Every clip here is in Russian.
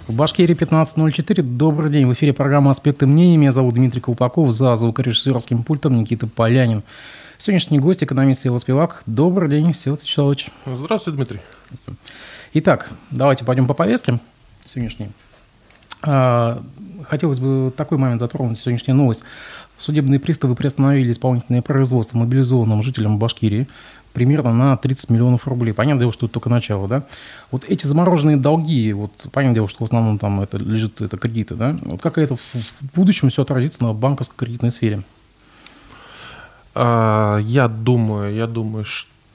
В Башкирии 15:04. Добрый день. В эфире программа «Аспекты мнений». Меня зовут Дмитрий Колпаков. За звукорежиссерским пультом Никита Полянин. Сегодняшний гость — экономист Всеволод Спивак. Добрый день, Всеволод Вячеславович. Здравствуйте, Дмитрий. Итак, давайте пойдем по повестке сегодняшней. Хотелось бы такой момент затронуть, сегодняшняя новость. Судебные приставы приостановили исполнительное производство мобилизованным жителям Башкирии примерно на 30 миллионов рублей. Понятное дело, что это только начало, да? Вот эти замороженные долги, вот понятное дело, что в основном там это лежит это кредиты, да? Вот как это в будущем все отразится на банковской кредитной сфере? Я думаю,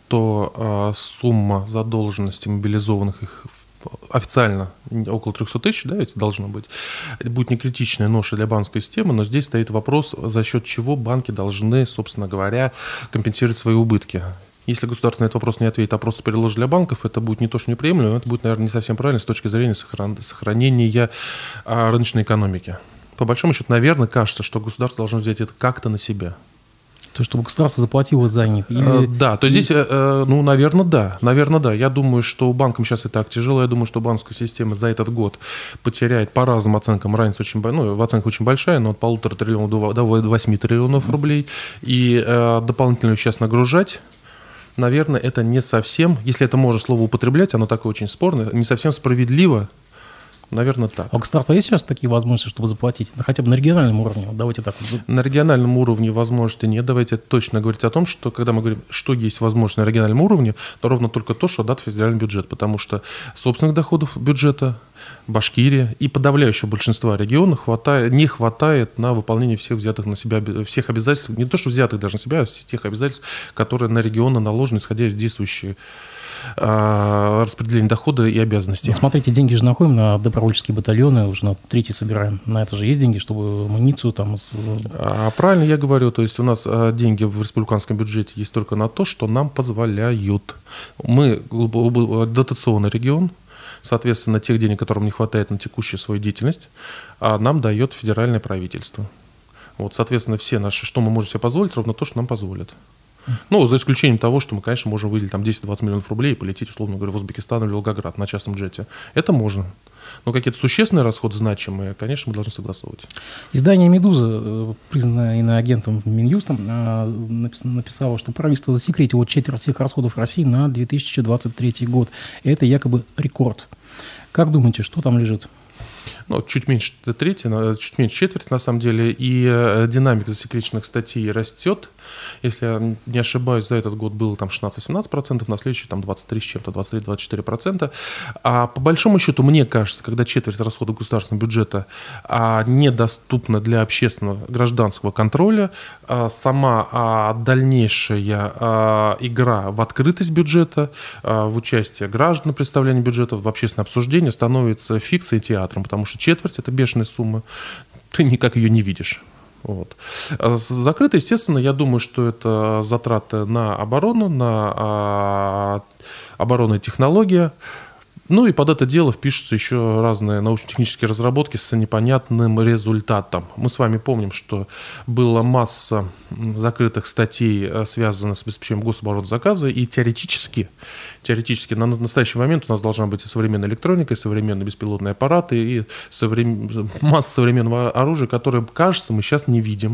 что сумма задолженности мобилизованных их официально около 300 тысяч, да, ведь должно быть. Это будет не критичная ноша для банковской системы, но здесь стоит вопрос, за счет чего банки должны, собственно говоря, компенсировать свои убытки. Если государство на этот вопрос не ответит, а просто переложит для банков, это будет не то, что неприемлемо, это будет, наверное, не совсем правильно с точки зрения сохранения рыночной экономики. По большому счету, наверное, кажется, что государство должно взять это как-то на себя. То, чтобы государство заплатило за них? Да, то здесь, наверное, да. Я думаю, что банкам сейчас и так тяжело. Я думаю, что банковская система за этот год потеряет по разным оценкам, разница очень, в оценках очень большая, но от 1,5 триллиона до 8 триллионов рублей. И дополнительно сейчас нагружать, наверное, это не совсем, если это можно слово употреблять, оно такое очень спорное, не совсем справедливо. Наверное, так. А у государства есть сейчас такие возможности, чтобы заплатить? Хотя бы на региональном уровне? Давайте так. На региональном уровне возможности нет. Давайте точно говорить о том, что когда мы говорим, что есть возможность на региональном уровне, то ровно только то, что даст федеральный бюджет. Потому что собственных доходов бюджета Башкирия и подавляющего большинства регионов не хватает на выполнение всех взятых на себя, всех обязательств, не то что взятых даже на себя, а тех обязательств, которые на регионы наложены, исходя из действующей распределение дохода и обязанностей. Смотрите, деньги же находим на добровольческие батальоны, уже на 3-й собираем. На это же есть деньги, чтобы амуницию там... Правильно я говорю, то есть у нас деньги в республиканском бюджете есть только на то, что нам позволяют. Мы дотационный регион, соответственно, тех денег, которым не хватает на текущую свою деятельность, нам дает федеральное правительство. Вот, соответственно, все наши, что мы можем себе позволить, ровно то, что нам позволят. Ну, за исключением того, что мы, конечно, можем выделить там 10-20 миллионов рублей и полететь, условно говоря, в Узбекистан или Волгоград на частном джете. Это можно. Но какие-то существенные расходы, значимые, конечно, мы должны согласовывать. Издание «Медуза», признанное иноагентом Минюстом, написало, что правительство засекретило четверть всех расходов России на 2023 год. Это якобы рекорд. Как думаете, что там лежит? Ну, чуть меньше чуть меньше четверти, на самом деле, и динамика засекреченных статей растет. Если я не ошибаюсь, за этот год было там 16-17%, на следующий там 23 с чем-то, 23-24%. А по большому счету, мне кажется, когда четверть расходов государственного бюджета недоступна для общественного гражданского контроля, сама дальнейшая игра в открытость бюджета, в участие граждан в представлении бюджета, в общественное обсуждение становится фикцией, театром, потому что четверть – это бешеная сумма, ты никак ее не видишь. Вот. Закрыто, естественно, я думаю, что это затраты на оборону, на оборонные технологии. Ну и под это дело впишутся еще разные научно-технические разработки с непонятным результатом. Мы с вами помним, что была масса закрытых статей, связанных с обеспечением гособоронзаказа, и теоретически на настоящий момент у нас должна быть и современная электроника, и современные беспилотные аппараты, и масса современного оружия, которое, кажется, мы сейчас не видим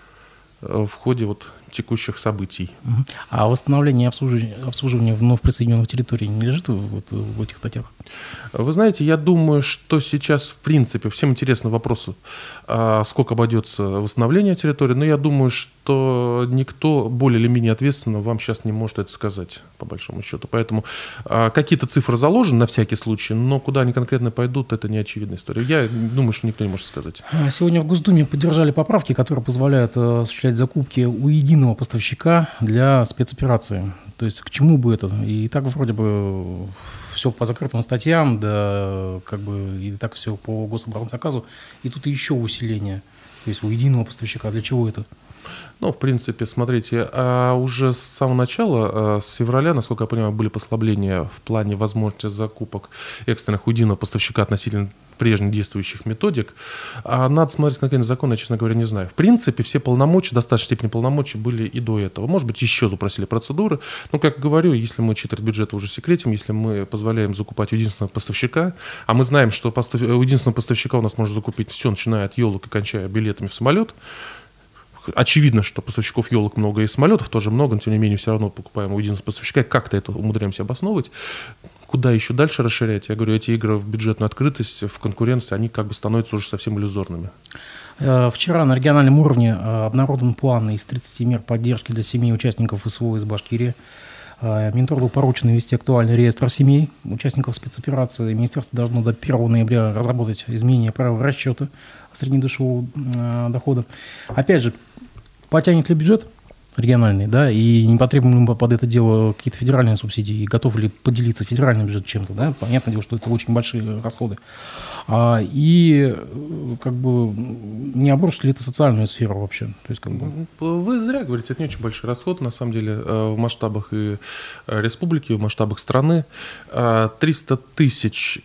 в ходе текущих событий. А восстановление и обслуживание вновь присоединенных территорий не лежит в этих статьях? Вы знаете, я думаю, что сейчас, в принципе, всем интересны вопросы, сколько обойдется восстановление территории, но я думаю, что никто более или менее ответственно вам сейчас не может это сказать, по большому счету. Поэтому какие-то цифры заложены на всякий случай, но куда они конкретно пойдут, это не очевидная история. Я думаю, что никто не может сказать. Сегодня в Госдуме поддержали поправки, которые позволяют осуществлять закупки у единого поставщика для спецоперации. То есть к чему бы это? И так вроде бы все по закрытым статьям, да, и так все по гособоронзаказу. И тут еще усиление. То есть у единого поставщика. Для чего это? Ну, в принципе, смотрите, уже с самого начала, с февраля, насколько я понимаю, были послабления в плане возможности закупок экстренных у единого поставщика относительно прежних действующих методик. А надо смотреть конкретно закон, я, честно говоря, не знаю. В принципе, все полномочия, достаточной степени полномочий были и до этого. Может быть, еще запросили процедуры. Но, как говорю, если мы четверть бюджета уже секретим, если мы позволяем закупать у единственного поставщика, а мы знаем, что у единственного поставщика у нас можно закупить все, начиная от елок и кончая билетами в самолет. Очевидно, что поставщиков елок много и самолетов тоже много, но тем не менее все равно покупаем у единственного поставщика. Как-то это умудряемся обосновывать. Куда еще дальше расширять? Я говорю, эти игры в бюджетную открытость, в конкуренции, они как бы становятся уже совсем иллюзорными. Вчера на региональном уровне обнародован план из 30 мер поддержки для семей участников СВО из Башкирии. Минтруду поручено вести актуальный реестр семей участников спецоперации. Министерство должно до 1 ноября разработать изменения правил расчета среднедушевого дохода. Опять же, потянет ли бюджет региональный, да, и не потребуем ли под это дело какие-то федеральные субсидии, и готов ли поделиться федеральный бюджет чем-то, да, понятное дело, что это очень большие расходы. И как бы не обрушит ли это социальную сферу вообще? То есть, как бы... Вы зря говорите, это не очень большой расход, на самом деле, в масштабах и республики, в масштабах страны. 300 тысяч –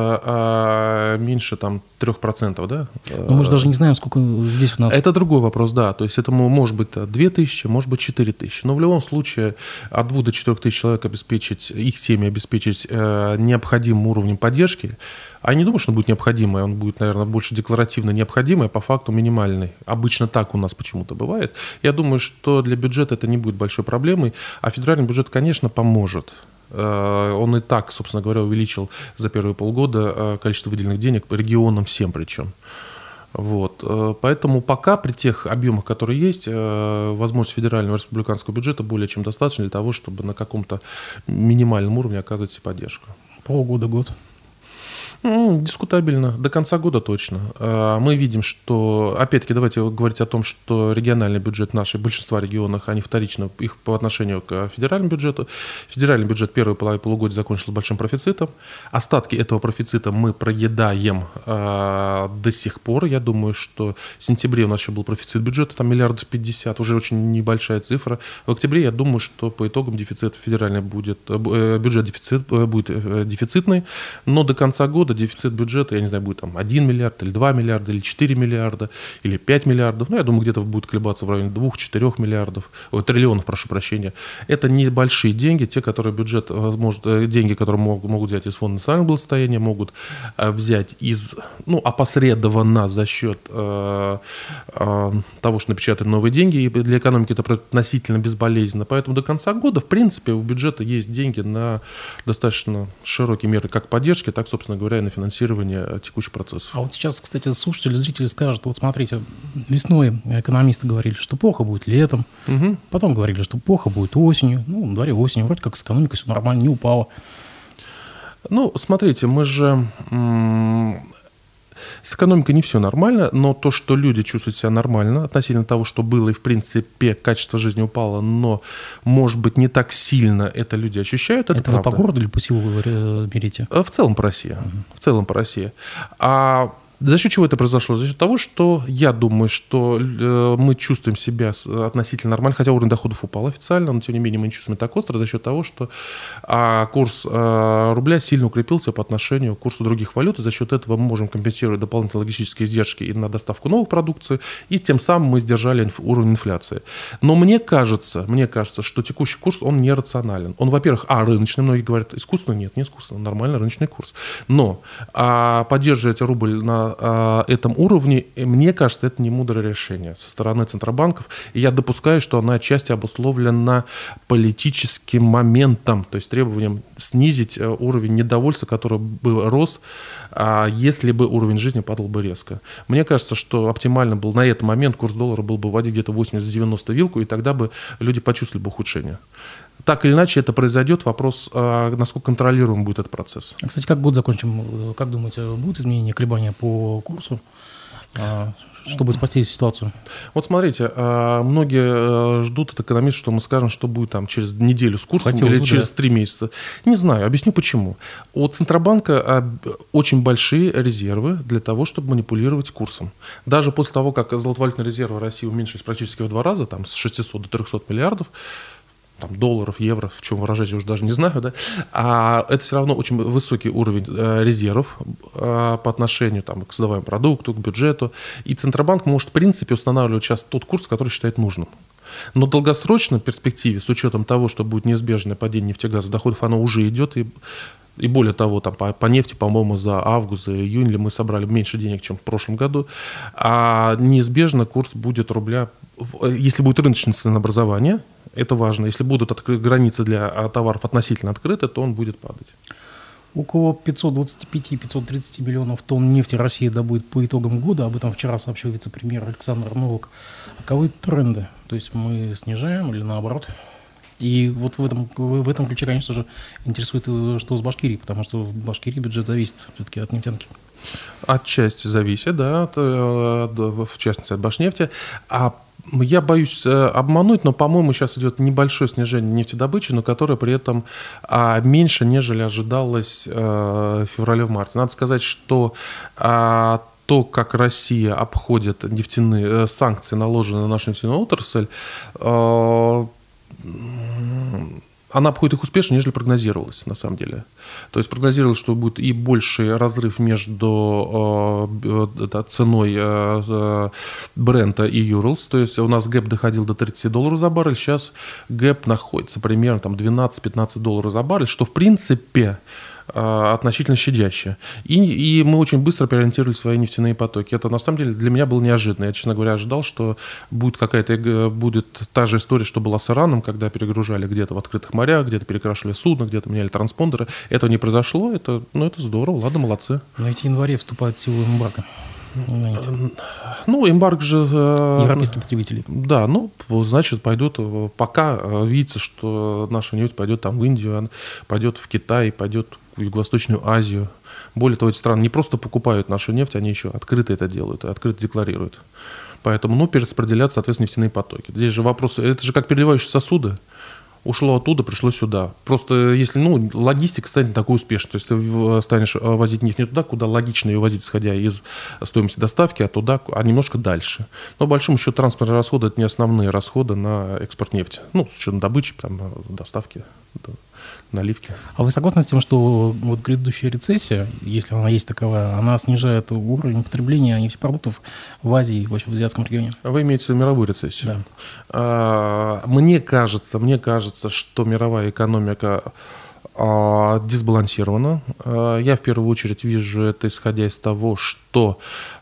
это меньше там 3%, да? Но мы же даже не знаем, сколько здесь у нас... Это другой вопрос, да, то есть это может быть 2 тысячи, может быть 4 тысячи, но в любом случае от 2 до 4 тысяч человек обеспечить, их семьи обеспечить необходимым уровнем поддержки. А я не думаю, что он будет необходимый, он будет, наверное, больше декларативно необходимый, а по факту минимальный. Обычно так у нас почему-то бывает. Я думаю, что для бюджета это не будет большой проблемой, а федеральный бюджет, конечно, поможет. Он и так, собственно говоря, увеличил за первые полгода количество выделенных денег по регионам всем причем. Вот. Поэтому пока при тех объемах, которые есть, возможность федерального республиканского бюджета более чем достаточно для того, чтобы на каком-то минимальном уровне оказывать поддержку. Полгода-год. Дискутабельно. До конца года точно. Мы видим, что, опять-таки, давайте говорить о том, что региональный бюджет нашей, большинства регионов, они вторично их по отношению к федеральному бюджету. Федеральный бюджет первое полугодие закончился с большим профицитом. Остатки этого профицита мы проедаем до сих пор. Я думаю, что в сентябре у нас еще был профицит бюджета, там 1,50 миллиарда, уже очень небольшая цифра. В октябре я думаю, что по итогам дефицит федеральный будет, бюджет будет дефицитный, но до конца года дефицит бюджета, я не знаю, будет там 1 миллиард, или 2 миллиарда, или 4 миллиарда, или 5 миллиардов. Ну, я думаю, где-то будет колебаться в районе 2-4 миллиардов, триллионов, прошу прощения. Это небольшие деньги, те, которые бюджет может, деньги, которые могут взять из фонда национального благосостояния, могут взять из, опосредованно за счет того, что напечатают новые деньги, и для экономики это относительно безболезненно. Поэтому до конца года, в принципе, у бюджета есть деньги на достаточно широкие меры как поддержки, так, собственно говоря, и на финансирование текущих процессов. А вот сейчас, кстати, слушатели, зрители скажут, вот смотрите, весной экономисты говорили, что плохо будет летом, потом говорили, что плохо будет осенью, на дворе осень, вроде как с экономикой все нормально, не упало. Смотрите, мы же... С экономикой не все нормально, но то, что люди чувствуют себя нормально относительно того, что было, и в принципе качество жизни упало, но, может быть, не так сильно это люди ощущают, это правда. По городу или по селу вы берете? В целом по России. В целом по России. А за счет чего это произошло? За счет того, что я думаю, что мы чувствуем себя относительно нормально, хотя уровень доходов упал официально, но тем не менее мы не чувствуем так остро за счет того, что курс рубля сильно укрепился по отношению к курсу других валют, и за счет этого мы можем компенсировать дополнительные логистические издержки и на доставку новой продукции, и тем самым мы сдержали уровень инфляции. Но мне кажется, что текущий курс, он нерационален. Он, во-первых, рыночный, многие говорят, искусственный, нет, не искусственный, нормальный рыночный курс. Но поддерживать рубль на этом уровне, мне кажется, это не мудрое решение со стороны центробанков. И я допускаю, что она отчасти обусловлена политическим моментом, то есть требованием снизить уровень недовольства, который бы рос, если бы уровень жизни падал бы резко. Мне кажется, что оптимально был на этот момент курс доллара был бы вводить где-то 80-90 вилку, и тогда бы люди почувствовали бы ухудшение. Так или иначе это произойдет, вопрос, насколько контролируем будет этот процесс. Кстати, как год закончим? Как думаете, будут изменения, колебания по курсу, чтобы спасти ситуацию? Вот смотрите, многие ждут от экономистов, что мы скажем, что будет там через неделю с курсом или через 3 месяца. Не знаю, объясню почему. У Центробанка очень большие резервы для того, чтобы манипулировать курсом. Даже после того, как золотовалютные резервы России уменьшились практически в 2 раза, там, с 600 до 300 миллиардов, там, долларов, евро, в чем выражать, я уже даже не знаю, да, а это все равно очень высокий уровень резервов по отношению там, к создаваемому продукту, к бюджету. И Центробанк может, в принципе, устанавливать сейчас тот курс, который считает нужным. Но в долгосрочной перспективе, с учетом того, что будет неизбежное падение нефтегазовых доходов, оно уже идет, и более того, там, по нефти, по-моему, за август, за июнь мы собрали меньше денег, чем в прошлом году, а неизбежно курс будет рубля, если будет рыночное ценообразование, это важно. Если будут границы для товаров относительно открыты, то он будет падать. Около 525-530 миллионов тонн нефти Россия добудет по итогам года. Об этом вчера сообщил вице-премьер Александр Новак. Каковы тренды? То есть мы снижаем или наоборот? И вот в этом ключе, конечно же, интересует, что с Башкирией, потому что в Башкирии бюджет зависит все-таки от нефтянки. Отчасти зависит, да, в частности от Башнефти. Я боюсь обмануть, но, по-моему, сейчас идет небольшое снижение нефтедобычи, но которое при этом меньше, нежели ожидалось в феврале-марте. Надо сказать, что то, как Россия обходит нефтяные санкции, наложенные на нашу нефтяную отрасль, она обходит их успешно, нежели прогнозировалось, на самом деле. То есть прогнозировалось, что будет и больший разрыв между ценой Брента и Юрлс. То есть у нас гэп доходил до $30 за баррель, сейчас гэп находится примерно там, $12-15 за баррель, что в принципе относительно щадяще. И мы очень быстро переориентировали свои нефтяные потоки. Это, на самом деле, для меня было неожиданно. Я, честно говоря, ожидал, что будет та же история, что была с Ираном, когда перегружали где-то в открытых морях, где-то перекрашивали судно, где-то меняли транспондеры. Этого не произошло. Это здорово. Ладно, молодцы. Но ведь в январе вступает в силу эмбарго. Эмбарго же... Европейские потребители. Да, значит, пойдут... Пока видится, что наша нефть пойдет там в Индию, пойдет в Китай, пойдет в Юго-Восточную Азию. Более того, эти страны не просто покупают нашу нефть, они еще открыто это делают, открыто декларируют. Поэтому, перераспределяться, соответственно, нефтяные потоки. Здесь же вопрос... Это же как переливающие сосуды. Ушло оттуда, пришло сюда. Просто если, логистика станет такой успешной. То есть ты станешь возить нефть не туда, куда логично ее возить, исходя из стоимости доставки, а туда, немножко дальше. Но, по большому счету, транспортные расходы – это не основные расходы на экспорт нефти. С учетом добычи, доставки, наливки. А вы согласны с тем, что вот грядущая рецессия, если она есть таковая, она снижает уровень потребления нефтепродуктов в Азии и вообще в азиатском регионе? Вы имеете в виду мировую рецессию? Да. Мне кажется, что мировая экономика дисбалансирована. Я в первую очередь вижу это, исходя из того, что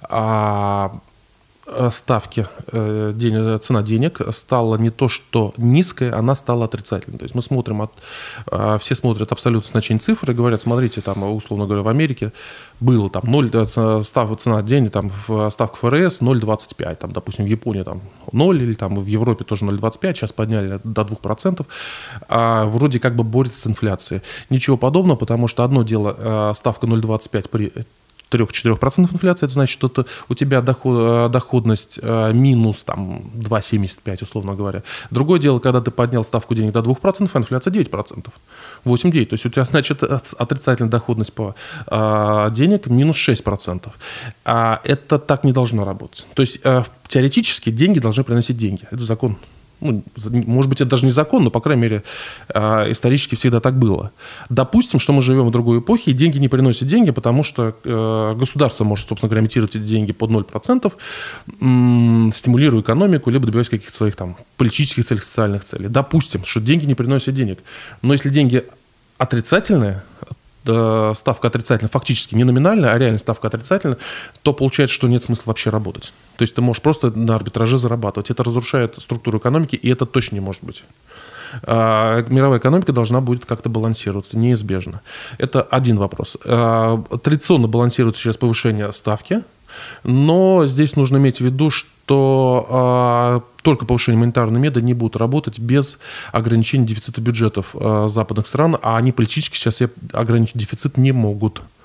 ставки, цена денег стала не то что низкая, она стала отрицательной. То есть мы смотрим, все смотрят абсолютно значение цифр и говорят, смотрите, там, условно говоря, в Америке было там 0, цена денег, там, ставка ФРС 0,25, там, допустим, в Японии там 0, или там в Европе тоже 0,25, сейчас подняли до 2%, вроде как бы борется с инфляцией. Ничего подобного, потому что одно дело ставка 0,25 при 3-4% инфляции, это значит, что у тебя доходность минус там, 2,75, условно говоря. Другое дело, когда ты поднял ставку денег до 2%, а инфляция 9%. 8,9%. То есть у тебя, значит, отрицательная доходность по денег минус 6%. Это так не должно работать. То есть теоретически деньги должны приносить деньги. Это закон. Может быть, это даже не закон, но, по крайней мере, исторически всегда так было. Допустим, что мы живем в другой эпохе, и деньги не приносят деньги, потому что государство может, собственно говоря, имитировать эти деньги под 0%, стимулируя экономику, либо добиваясь каких-то своих там политических целей, социальных целей. Допустим, что деньги не приносят денег. Но если деньги отрицательные, ставка отрицательная, фактически не номинальная, а реально ставка отрицательная, то получается, что нет смысла вообще работать. То есть ты можешь просто на арбитраже зарабатывать. Это разрушает структуру экономики, и это точно не может быть. Мировая экономика должна будет как-то балансироваться, неизбежно. Это один вопрос. Традиционно балансируется через повышение ставки, но здесь нужно иметь в виду, что только повышение монетарной меды не будут работать без ограничения дефицита бюджетов западных стран, а они политически сейчас ограничить дефицит не могут.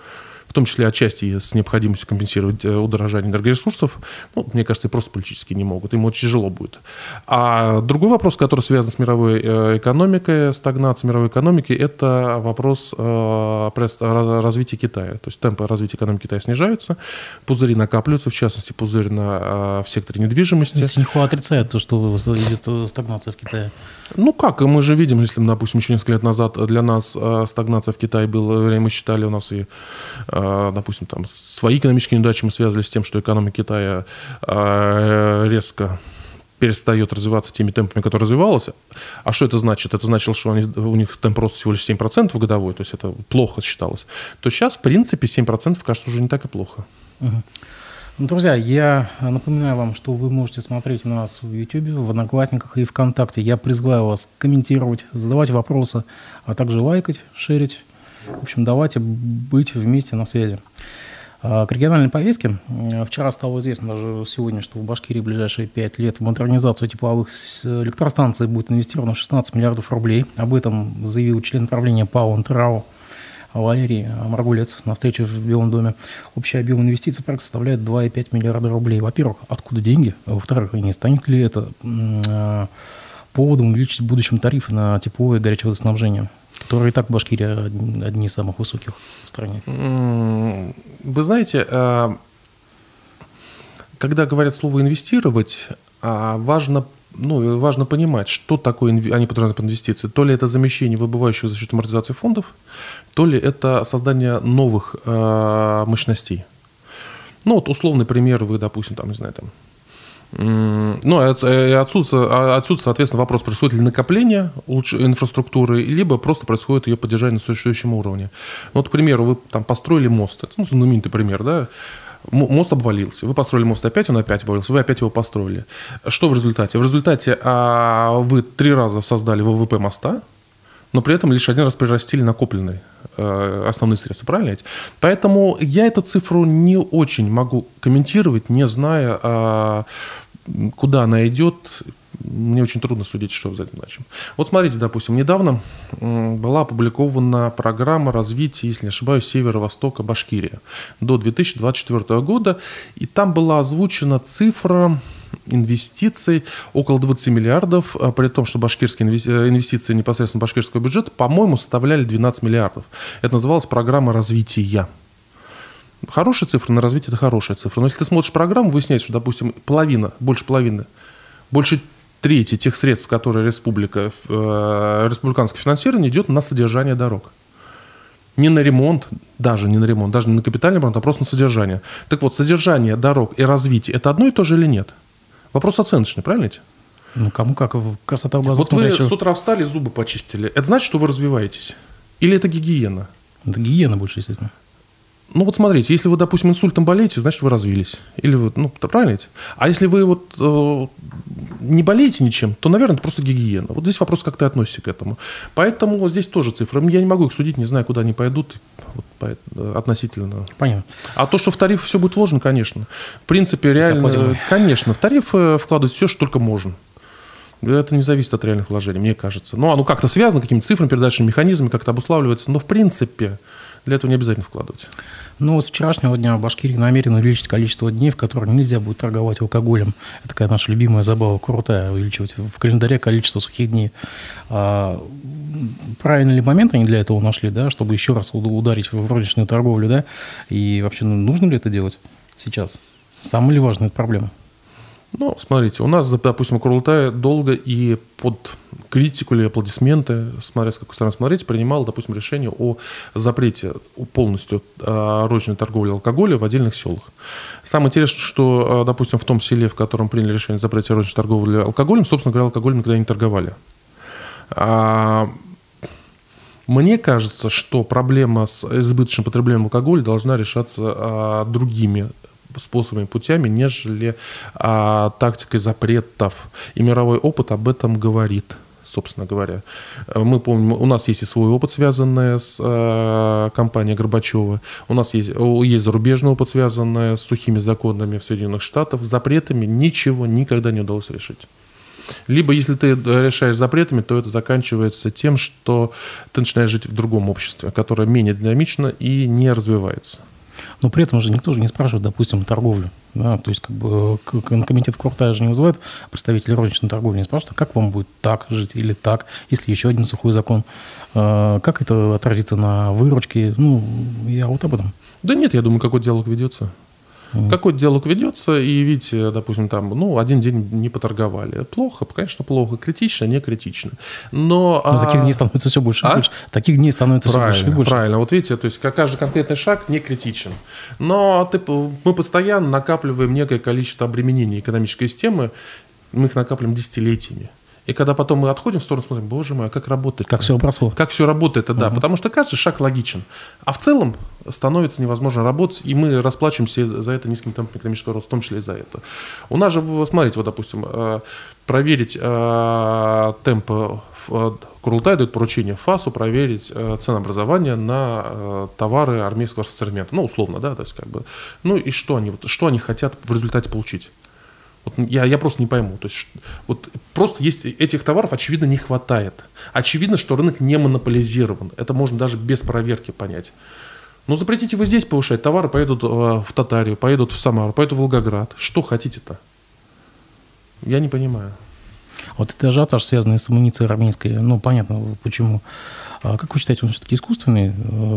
в том числе отчасти с необходимостью компенсировать удорожание энергоресурсов, ну, мне кажется, и просто политически не могут, им очень тяжело будет. А другой вопрос, который связан с мировой экономикой, стагнацией мировой экономики, это вопрос развития Китая. То есть темпы развития экономики Китая снижаются, пузыри накапливаются, в частности, пузырь в секторе недвижимости. Синьхуа отрицает то, что идет стагнация в Китае. Ну как, мы же видим, если, допустим, еще несколько лет назад для нас стагнация в Китае была, мы считали, у нас и, допустим, там свои экономические неудачи мы связывали с тем, что экономика Китая резко перестает развиваться теми темпами, которые развивалась. А что это значит? Это значило, что у них темп роста всего лишь 7% годовой, то есть это плохо считалось. То сейчас, в принципе, 7% кажется уже не так и плохо. Друзья, я напоминаю вам, что вы можете смотреть нас в YouTube, в Одноклассниках и ВКонтакте. Я призываю вас комментировать, задавать вопросы, а также лайкать, шерить. В общем, давайте быть вместе на связи. К региональной повестке. Вчера стало известно, даже сегодня, что в Башкирии в ближайшие 5 лет в модернизацию тепловых электростанций будет инвестировано 16 миллиардов рублей. Об этом заявил член правления ПАО «НТРАО» Валерий Маргулец на встрече в Белом доме. Общий объем инвестиций проект составляет 2,5 миллиарда рублей. Во-первых, откуда деньги? А во-вторых, не станет ли это поводом увеличить в будущем тарифы на тепло и горячее водоснабжение, которые и так в Башкирии одни из самых высоких в стране? Вы знаете, когда говорят слово «инвестировать», важно понимать, что такое они подразумевают под инвестиции. То ли это замещение выбывающих за счет амортизации фондов, то ли это создание новых мощностей. Ну, вот условный пример, вы, допустим, там, не знаю, там, отсюда, соответственно, вопрос, происходит ли накопление инфраструктуры, либо просто происходит ее поддержание на существующем уровне. Вот, к примеру, вы там построили мост, это знаменитый пример, да, мост обвалился, вы построили мост опять, он опять обвалился, вы опять его построили. Что в результате? В результате вы 3 раза создали ВВП моста, но при этом лишь 1 раз прирастили накопленные основные средства, правильно? Поэтому я эту цифру не очень могу комментировать, не зная, куда она идет. Мне очень трудно судить, что за этим значим. Вот смотрите, допустим, недавно была опубликована программа развития, если не ошибаюсь, северо-востока Башкирии до 2024 года, и там была озвучена цифра инвестиций около 20 миллиардов, при том, что башкирские инвестиции непосредственно башкирского бюджета, по-моему, составляли 12 миллиардов. Это называлась программа развития. Хорошая цифра на развитие – это хорошая цифра. Но если ты смотришь программу, выясняется, что, допустим, больше трети тех средств, которые республиканское финансирование идет на содержание дорог. Не на ремонт, даже не на капитальный ремонт, а просто на содержание. Так вот, содержание дорог и развитие – это одно и то же или нет? Вопрос оценочный, правильно? Ну, кому как, красота в глазах. Вот вы с утра встали, зубы почистили. Это значит, что вы развиваетесь? Или это гигиена? Это гигиена больше, естественно. Ну вот смотрите, если вы, допустим, инсультом болеете, значит, вы развились. Или вы, правильно? А если вы не болеете ничем, то, наверное, это просто гигиена. Вот здесь вопрос, как ты относишься к этому. Поэтому здесь тоже цифры. Я не могу их судить, не знаю, куда они пойдут относительно. Понятно. А то, что в тариф все будет вложено, конечно. В принципе, реально, конечно, в тариф вкладывать все, что только можно. Это не зависит от реальных вложений, мне кажется. Ну, оно как-то связано, какими-то цифрами, передачными механизмами, как-то обуславливается. Но, в принципе, для этого не обязательно вкладывать. Ну, с вчерашнего дня в Башкирии намерены увеличить количество дней, в которые нельзя будет торговать алкоголем. Это такая наша любимая забава, крутая, увеличивать в календаре количество сухих дней. Правильный ли момент они для этого нашли, да, чтобы еще раз ударить в розничную торговлю, да? И вообще, нужно ли это делать сейчас? Самая ли важная эта проблема? Ну, смотрите, у нас, допустим, Курултай долго и под критику или аплодисменты, смотря с какой стороны смотреть, принимал, допустим, решение о запрете полностью розничной торговли алкоголя в отдельных селах. Самое интересное, что, допустим, в том селе, в котором приняли решение о запрете розничной торговли алкоголем, собственно говоря, алкоголем никогда не торговали. Мне кажется, что проблема с избыточным потреблением алкоголя должна решаться другими способами, путями, нежели тактикой запретов. И мировой опыт об этом говорит, собственно говоря. Мы помним, у нас есть и свой опыт, связанный с компанией Горбачева. У нас есть зарубежный опыт, связанный с сухими законами в Соединенных Штатах. С запретами ничего никогда не удалось решить. Либо, если ты решаешь запретами, то это заканчивается тем, что ты начинаешь жить в другом обществе, которое менее динамично и не развивается. Но при этом же никто же не спрашивает, допустим, торговлю. Да? То есть, как бы, комитет Куртая же не вызывает представителей розничной торговли, не спрашивают, как вам будет так жить или так, если еще один сухой закон. Как это отразится на выручке? Ну, я вот об этом. Да нет, я думаю, какой диалог ведется. Какой диалог ведется, и видите, допустим, там, один день не поторговали. Плохо, конечно, плохо. Критично, не критично. Но таких дней становится все больше и больше. Таких дней становится все больше и больше. Правильно. Вот видите, то есть каждый конкретный шаг не критичен. Но мы постоянно накапливаем некое количество обременений экономической системы, мы их накапливаем десятилетиями. И когда потом мы отходим в сторону, смотрим, боже мой, как работает. Как все прошло. Как все работает, да. Потому что каждый шаг логичен. А в целом становится невозможно работать, и мы расплачиваемся за это низким темпом экономического роста, в том числе и за это. У нас же, смотрите, вот, допустим, проверить темп, Курултай дает поручение ФАСу проверить ценообразование на товары армейского ассортимента. Ну, условно, да, то есть как бы. Ну и что они хотят в результате получить? Вот я просто не пойму. То есть, вот просто этих товаров, очевидно, не хватает. Очевидно, что рынок не монополизирован. Это можно даже без проверки понять. Но запретите вы здесь повышать, товары поедут в Татарию, поедут в Самару, поедут в Волгоград. Что хотите-то? Я не понимаю. Вот это ажиотаж, связанный с амуницией армейской, ну, понятно, почему. А как вы считаете, он все-таки искусственный?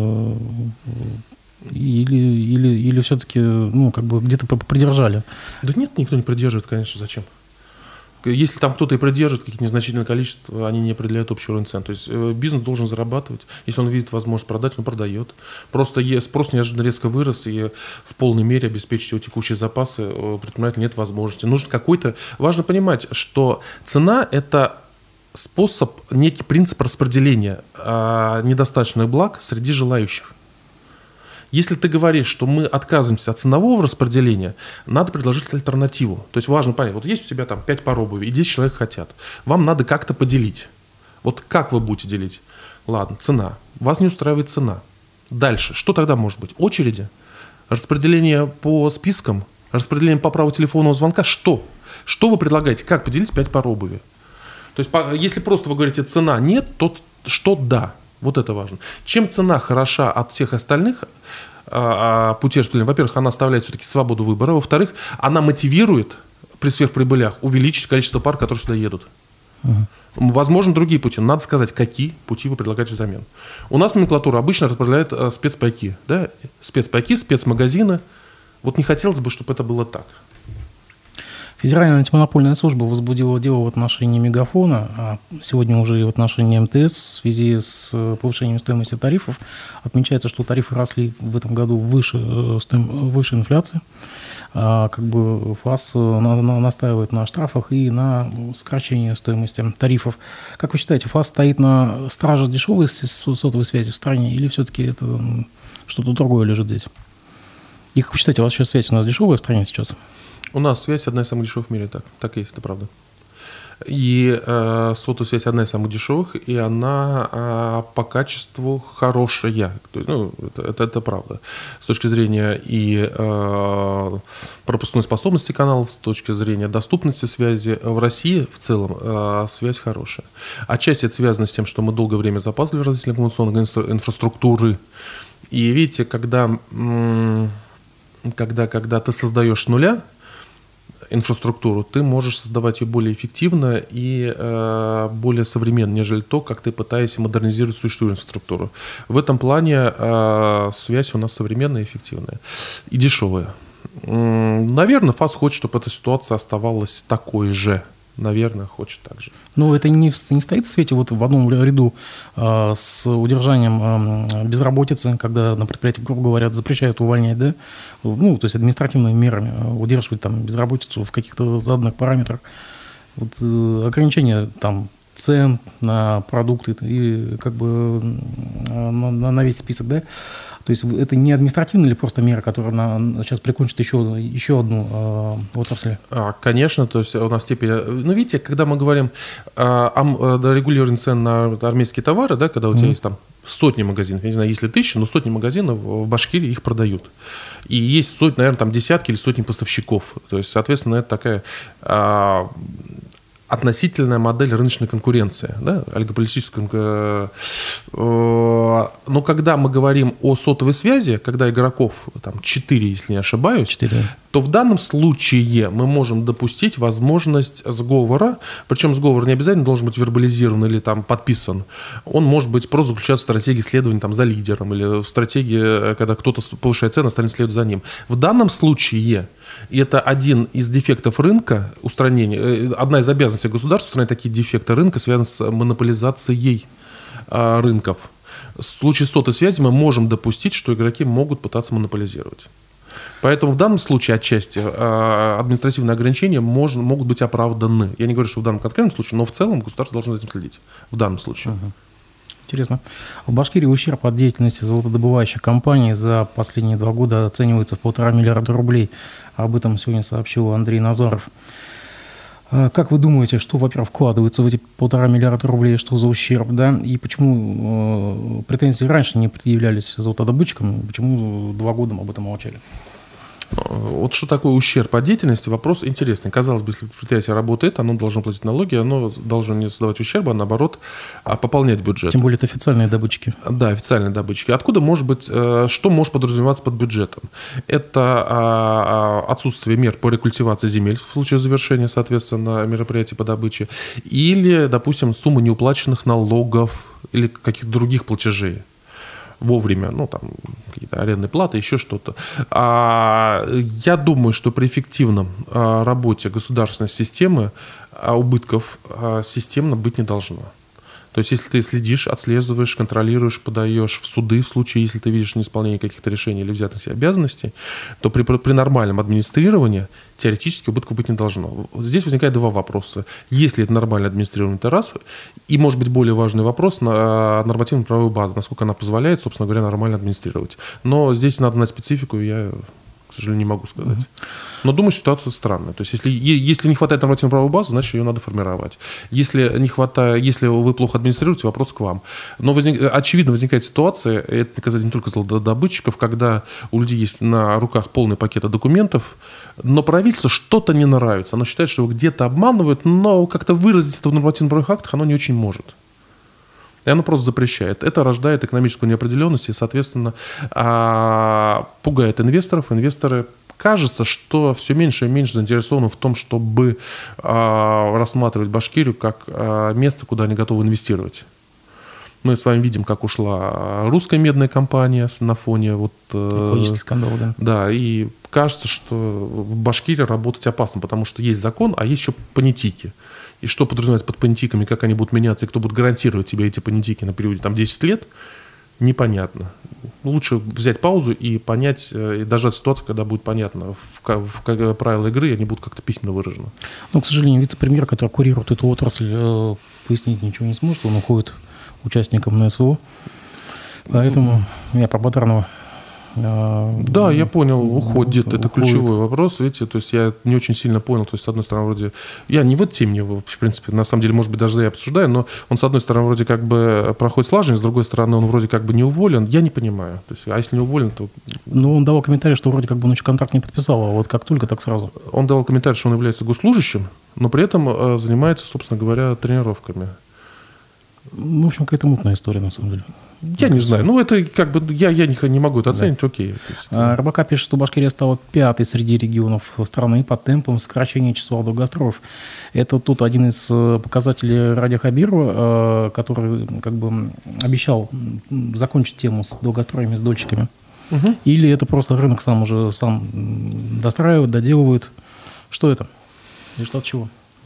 Или все-таки, ну, как бы где-то придержали? Да нет, никто не придерживает, конечно, зачем? Если там кто-то и придерживает какие-то незначительные количества, они не определяют общий уровень цен. То есть бизнес должен зарабатывать. Если он видит возможность продать, он продает. Просто спрос неожиданно резко вырос, и в полной мере обеспечить его текущие запасы у предпринимателя нет возможности. Нужно какой-то... Важно понимать, что цена – это способ, некий принцип распределения недостаточных благ среди желающих. Если ты говоришь, что мы отказываемся от ценового распределения, надо предложить альтернативу. То есть важно понять, вот есть у тебя там 5 пар обуви, и 10 человек хотят. Вам надо как-то поделить. Вот как вы будете делить? Ладно, цена. Вас не устраивает цена. Дальше. Что тогда может быть? Очереди? Распределение по спискам? Распределение по праву телефонного звонка? Что? Что вы предлагаете? Как поделить 5 пар обуви? То есть если просто вы говорите цена нет, то что да? Вот это важно. Чем цена хороша от всех остальных путей распределения? Во-первых, она оставляет все-таки свободу выбора. Во-вторых, она мотивирует при сверхприбылях увеличить количество пар, которые сюда едут. Возможно, другие пути. Но надо сказать, какие пути вы предлагаете взамен. У нас номенклатура обычно распределяет спецпайки. Да? Спецпайки, спецмагазины. Вот не хотелось бы, чтобы это было так. Федеральная антимонопольная служба возбудила дело в отношении Мегафона, а сегодня уже и в отношении МТС в связи с повышением стоимости тарифов. Отмечается, что тарифы росли в этом году выше инфляции. Как бы ФАС настаивает на штрафах и на сокращении стоимости тарифов. Как вы считаете, ФАС стоит на страже дешевой сотовой связи в стране или все-таки это что-то другое лежит здесь? И как вы считаете, у вас сейчас связь у нас дешевая в стране сейчас? У нас связь одна из самых дешевых в мире, так и есть, это правда. И сотовая связь одна из самых дешевых, и она по качеству хорошая. То есть, это правда. С точки зрения и пропускной способности каналов, с точки зрения доступности связи. В России в целом связь хорошая. Отчасти это связано с тем, что мы долгое время запаздывали в развитии информационной инфраструктуры. И видите, когда ты создаешь с нуля инфраструктуру, ты можешь создавать ее более эффективно и более современно, нежели то, как ты пытаешься модернизировать существующую инфраструктуру. В этом плане связь у нас современная, эффективная и дешевая. Наверное, ФАС хочет, чтобы эта ситуация оставалась такой же. Наверное, хочет так же. Но это не стоит в свете вот в одном ряду с удержанием безработицы, когда на предприятиях, грубо говоря, запрещают увольнять, да? Ну, то есть административными мерами удерживать там безработицу в каких-то заданных параметрах. Вот, ограничение там цен на продукты и как бы на весь список, да? То есть это не административная или просто мера, которая сейчас прикончит еще одну отрасль? Конечно, то есть у нас степень... Ну, видите, когда мы говорим о регулировании цен на армейские товары, да, когда у тебя есть там сотни магазинов, я не знаю, если 1000, но сотни магазинов в Башкирии их продают. И есть наверное, там десятки или сотни поставщиков. То есть, соответственно, это такая... относительная модель рыночной конкуренции, да, олигополистическая. Но когда мы говорим о сотовой связи, когда игроков там 4, если не ошибаюсь, 4. То в данном случае мы можем допустить возможность сговора, причем сговор не обязательно должен быть вербализирован или там подписан. Он может быть просто заключаться в стратегии следования там, за лидером или в стратегии, когда кто-то повышает цены, остальные следуют за ним. В данном случае это один из дефектов рынка устранения, одна из обязанностей государства устранять такие дефекты рынка, связанные с монополизацией рынков. В случае сотовой связи мы можем допустить, что игроки могут пытаться монополизировать. Поэтому в данном случае отчасти административные ограничения могут быть оправданы. Я не говорю, что в данном конкретном случае, но в целом государство должно за этим следить. В данном случае. Интересно. В Башкирии ущерб от деятельности золотодобывающих компаний за последние 2 года оценивается в 1,5 миллиарда рублей. Об этом сегодня сообщил Андрей Назаров. Как вы думаете, что, во-первых, вкладывается в эти 1,5 миллиарда рублей, что за ущерб, да, и почему претензии раньше не предъявлялись золотодобытчикам, почему 2 года мы об этом молчали? Вот что такое ущерб от деятельности, вопрос интересный. Казалось бы, если предприятие работает, оно должно платить налоги, оно должно не создавать ущерба, а наоборот пополнять бюджет. Тем более это официальные добытчики. Да, официальные добытчики. Откуда может быть, что может подразумеваться под бюджетом? Это отсутствие мер по рекультивации земель в случае завершения, соответственно, мероприятий по добыче, или, допустим, суммы неуплаченных налогов или каких-то других платежей вовремя, ну, там, какие-то арендные платы, еще что-то. Я думаю, что при эффективном работе государственной системы убытков системно быть не должно. То есть, если ты следишь, отслеживаешь, контролируешь, подаешь в суды в случае, если ты видишь неисполнение каких-то решений или взятых на себя обязанностей, то при нормальном администрировании теоретически убытков быть не должно. Здесь возникает 2 вопроса. Если это нормально администрирование, это раз. И, может быть, более важный вопрос на нормативно-правовую базу, насколько она позволяет, собственно говоря, нормально администрировать. Но здесь надо на специфику, я, к сожалению, не могу сказать. Но думаю, ситуация странная. То есть, если не хватает нормативно-правовой базы, значит, ее надо формировать. Если вы плохо администрируете, вопрос к вам. Но очевидно возникает ситуация, это касается не только золотодобытчиков, когда у людей есть на руках полный пакет документов, но правительству что-то не нравится. Оно считает, что его где-то обманывают, но как-то выразить это в нормативно-правовых актах оно не очень может. И оно просто запрещает. Это рождает экономическую неопределенность и, соответственно, пугает инвесторов. Инвесторы, кажется, что все меньше и меньше заинтересованы в том, чтобы рассматривать Башкирию как место, куда они готовы инвестировать. Мы с вами видим, как ушла русская медная компания на фоне экологический скандал, да. Да, и кажется, что в Башкирии работать опасно, потому что есть закон, а есть еще понятики. И что подразумевается под понятиками, как они будут меняться, и кто будет гарантировать тебе эти понятики на периоде 10 лет, непонятно. Лучше взять паузу и понять, и дождаться ситуации, когда будет понятно в правила игры, и они будут как-то письменно выражены. Но, к сожалению, вице-премьер, который курирует эту отрасль, пояснить ничего не сможет, он уходит участником на СВО. Поэтому я про Бадарного. Да, я понял, уходит. Это ключевой вопрос, видите, то есть я не очень сильно понял, то есть с одной стороны вроде, я не в этой теме, в принципе, на самом деле, может быть, даже я обсуждаю, но он с одной стороны вроде как бы проходит слаженно, с другой стороны он вроде как бы не уволен, я не понимаю, то есть, а если не уволен, то... Ну, он давал комментарий, что вроде как бы он еще контракт не подписал, а вот как только, так сразу. Он давал комментарий, что он является госслужащим, но при этом занимается, собственно говоря, тренировками. Ну, в общем, какая-то мутная история, на самом деле. Я не знаю. Ну, это как бы я не могу это оценить, да. Окей. РБК пишет, что Башкирия стала 5-й среди регионов страны по темпам сокращения числа долгостроев. Это тут один из показателей Ради Хабирова, который как бы обещал закончить тему с долгостроями, с дольщиками. Угу. Или это просто рынок сам достраивает, доделывает. Что это? Результат чего?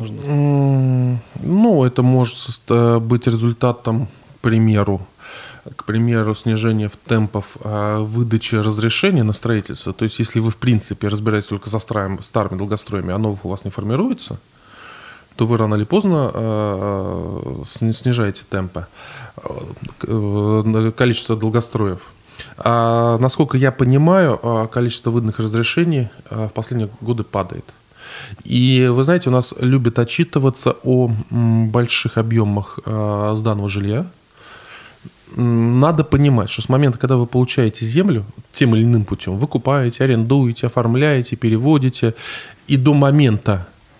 Ну, это может быть результатом, к примеру, снижения в темпов выдачи разрешения на строительство. То есть, если вы, в принципе, разбираетесь только со старыми долгостроями, а новых у вас не формируется, то вы рано или поздно снижаете темпы, количество долгостроев. Насколько я понимаю, количество выданных разрешений в последние годы падает. И вы знаете, у нас любят отчитываться о больших объемах сданного жилья. Надо понимать, что с момента, когда вы получаете землю тем или иным путем, вы купаете, арендуете, оформляете, переводите, и до момента,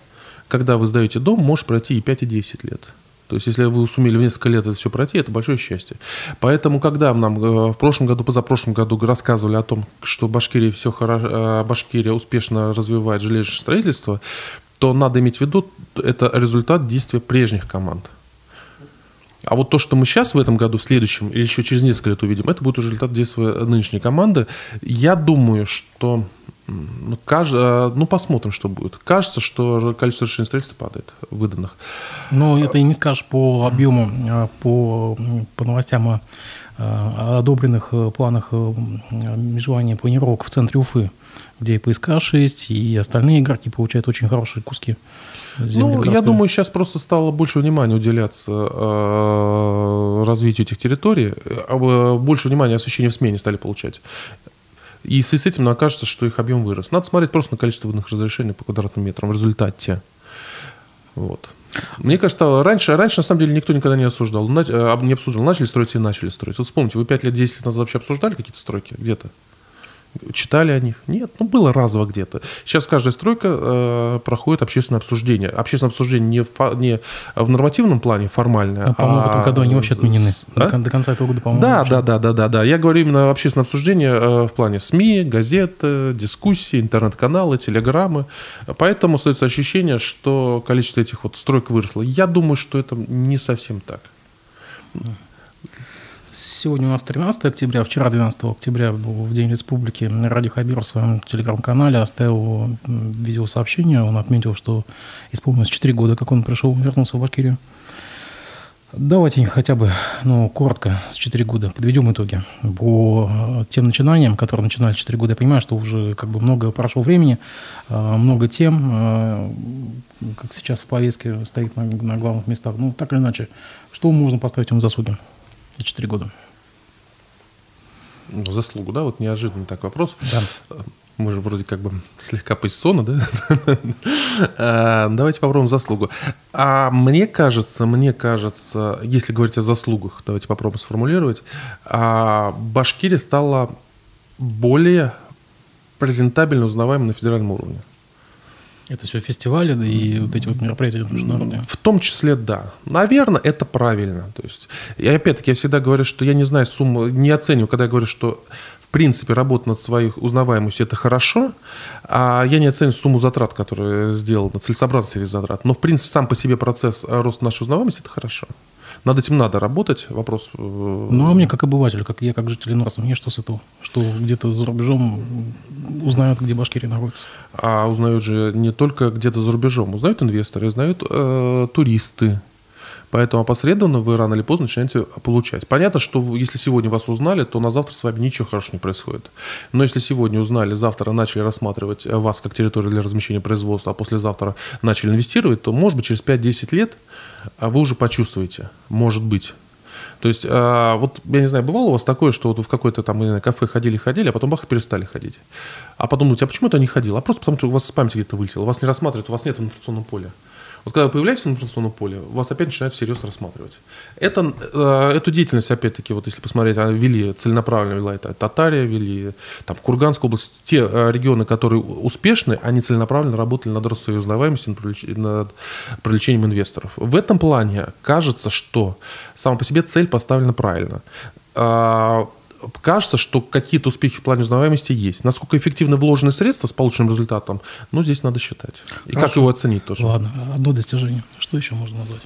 когда вы сдаете дом, может пройти и 5, и 10 лет. То есть, если вы сумели в несколько лет это все пройти, это большое счастье. Поэтому, когда нам в прошлом году, позапрошлом году рассказывали о том, что Башкирия все хорошо, Башкирия успешно развивает железное строительство, то надо иметь в виду, это результат действия прежних команд. А вот то, что мы сейчас в этом году, в следующем, или еще через несколько лет увидим, это будет уже результат действия нынешней команды. Я думаю, что... посмотрим, что будет. Кажется, что количество разрешений строительства падает, выданных. Но это и не скажешь по объему, по новостям о одобренных планах межевания планировок в центре Уфы, где и ПСК-6, и остальные игроки получают очень хорошие куски земли. Я думаю, сейчас просто стало больше внимания уделяться развитию этих территорий, больше внимания освещения в СМИ они стали получать. И с этим нам кажется, что их объем вырос. Надо смотреть просто на количество выданных разрешений по квадратным метрам в результате. Вот. Мне кажется, раньше на самом деле никто никогда не обсуждал. Начали строить и начали строить. Вот вспомните, вы 5 лет, 10 лет назад вообще обсуждали какие-то стройки где-то? Читали о них? Нет, было разово где-то. Сейчас каждая стройка проходит общественное обсуждение. Общественное обсуждение не в нормативном плане формальное. По-моему, в этом году они вообще отменены. До конца этого года, по-моему. Да. Я говорю именно общественное обсуждение в плане СМИ, газет, дискуссий, интернет-каналы, телеграммы. Поэтому остается ощущение, что количество этих вот стройк выросло. Я думаю, что это не совсем так. Сегодня у нас 13 октября, вчера 12 октября был в День Республики. Ради Хабиров в своем телеграм-канале оставил видеосообщение. Он отметил, что исполнилось 4 года, как он вернулся в Башкирию. Давайте хотя бы, коротко, с 4 года подведем итоги по тем начинаниям, которые начинали 4 года. Я понимаю, что уже много прошло времени, много тем, как сейчас в повестке стоит на главных местах. Так или иначе, что можно поставить им в заслуги за 4 года? Заслугу, да? Вот неожиданный так вопрос. Да. Мы же вроде слегка позиционно, да? Давайте попробуем заслугу. Мне кажется, если говорить о заслугах, давайте попробуем сформулировать, Башкирия стала более презентабельно узнаваемой на федеральном уровне. Это все фестивали, да, и вот эти вот мероприятия международные. В том числе, да. Наверное, это правильно. То есть, и опять-таки, я всегда говорю, что я не знаю сумму, не оцениваю, когда я говорю, что в принципе работа над своей узнаваемостью – это хорошо, а я не оцениваю сумму затрат, которую сделана, целесообразность этих затрат. Но, в принципе, сам по себе процесс роста нашей узнаваемости – это хорошо. Над этим надо работать. Вопрос... А мне как обывателю, как житель Инорса, мне что с этого? Что где-то за рубежом узнают, где Башкирия находится? А узнают же не только где-то за рубежом. Узнают инвесторы, узнают туристы. Поэтому опосредованно вы рано или поздно начинаете получать. Понятно, что если сегодня вас узнали, то на завтра с вами ничего хорошего не происходит. Но если сегодня узнали, завтра начали рассматривать вас как территорию для размещения производства, а послезавтра начали инвестировать, то, может быть, через 5-10 лет вы уже почувствуете. Может быть. То есть, вот, я не знаю, бывало у вас такое, что вот вы в какое-то там кафе ходили, а потом бах, и перестали ходить. А потом думаете, а почему это не ходил? А просто потому, что у вас с памяти где-то вылетело, вас не рассматривают, у вас нет в информационном поле. Вот когда вы появляетесь в информационном поле, вас опять начинают всерьез рассматривать. Эту деятельность, опять-таки, вот если посмотреть, вели целенаправленно, вела это Татария, вели там Курганская область. Те регионы, которые успешны, они целенаправленно работали над ростом своей узнаваемости, над привлечением инвесторов. В этом плане кажется, что сама по себе цель поставлена правильно. Кажется, что какие-то успехи в плане узнаваемости есть. Насколько эффективны вложенные средства с полученным результатом, здесь надо считать. И Хорошо. Как его оценить тоже. Ладно, одно достижение. Что еще можно назвать?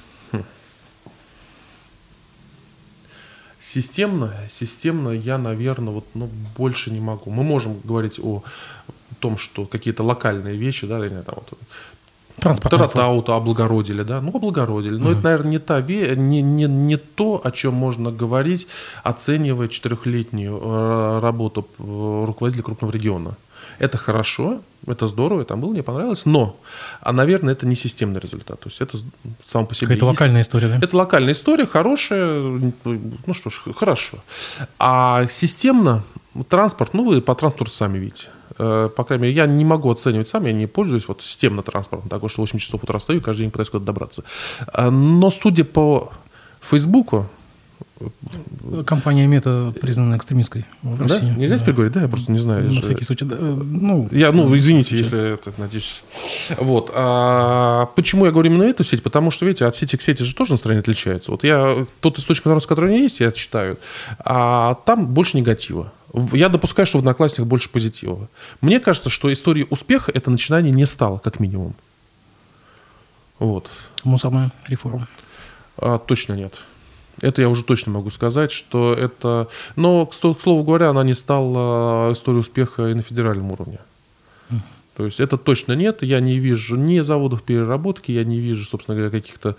Системно я, наверное, больше не могу. Мы можем говорить о том, что какие-то локальные вещи, да, Таратау-то облагородили, да? Облагородили. Но это, наверное, не то, о чем можно говорить, оценивая 4-летнюю работу руководителя крупного региона. Это хорошо, это здорово, там было, мне понравилось, но, наверное, это не системный результат. То есть это сам по себе... Какая-то локальная история, да? Это локальная история, хорошая, хорошо. А системно транспорт, вы по транспорту сами видите. По крайней мере, я не могу оценивать сам, я не пользуюсь системно транспортом, такой, что 8 часов утра стою и каждый день пытаюсь куда-то добраться. Но судя по Фейсбуку, Компания Мета признана экстремистской в России. Да? Нельзя теперь говорить, да? Я просто не знаю. На всякий случай. Извините, если это, надеюсь. Вот. Почему я говорю именно эту сеть? Потому что, видите, от сети к сети же тоже настроение отличается. Вот тот источник информации, который у меня есть, я читаю, а там больше негатива. Я допускаю, что в Одноклассниках больше позитива. Мне кажется, что история успеха это начинание не стало, как минимум. Вот. Мусорная реформа. Точно нет. Это я уже точно могу сказать, что это... Но, к слову говоря, она не стала историей успеха и на федеральном уровне. То есть это точно нет. Я не вижу ни заводов переработки, я не вижу, собственно говоря, каких-то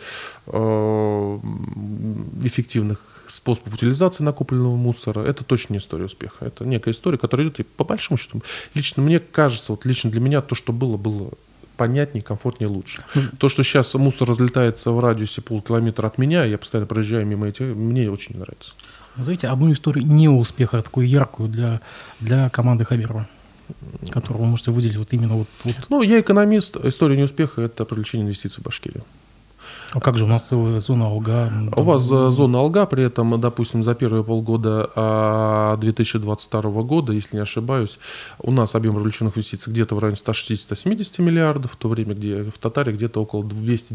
эффективных способов утилизации накопленного мусора. Это точно не история успеха. Это некая история, которая идет, и по большому счету, лично мне кажется, вот лично для меня то, что было понятнее, комфортнее, лучше. То, что сейчас мусор разлетается в радиусе полкилометра от меня, я постоянно проезжаю мимо этих, мне очень не нравится. Назовите одну историю неуспеха, такую яркую для команды Хабирова, которую вы можете выделить вот именно вот. Ну, я экономист, история неуспеха – это привлечение инвестиций в Башкирию. А как же у нас целая зона Алга? У вас зона Алга, при этом, допустим, за первые полгода 2022 года, если не ошибаюсь, у нас объем привлеченных инвестиций где-то в районе 160-170 миллиардов, в то время где в Татаре где-то около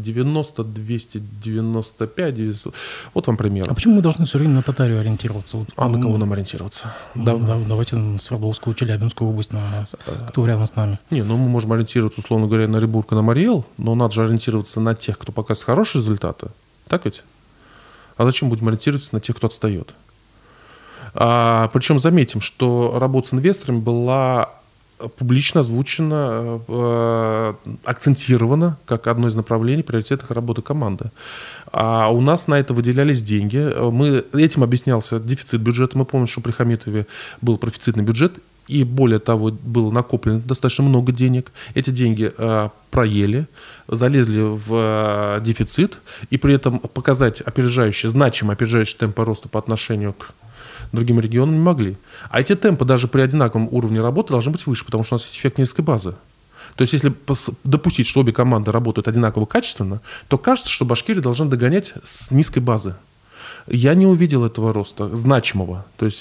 290-295. Вот вам пример. А почему мы должны все время на Татарию ориентироваться? На кого нам ориентироваться? Давайте на Свердловскую, Челябинскую область, кто рядом с нами. Мы можем ориентироваться, условно говоря, на Оренбург и на Мариэл, но надо же ориентироваться на тех, кто показывает хорошие результаты. Так ведь? А зачем будем ориентироваться на тех, кто отстает? Причем заметим, что работа с инвесторами была публично озвучена, акцентирована как одно из направлений приоритетных работы команды. А у нас на это выделялись деньги. Этим объяснялся дефицит бюджета. Мы помним, что при Хамитове был профицитный бюджет, и более того, было накоплено достаточно много денег. Эти деньги проели, залезли в дефицит, и при этом показать значимо опережающие темпы роста по отношению к другим регионам не могли. А эти темпы даже при одинаковом уровне работы должны быть выше, потому что у нас есть эффект низкой базы. То есть если допустить, что обе команды работают одинаково качественно, то кажется, что Башкирия должна догонять с низкой базы. Я не увидел этого роста, значимого. То есть...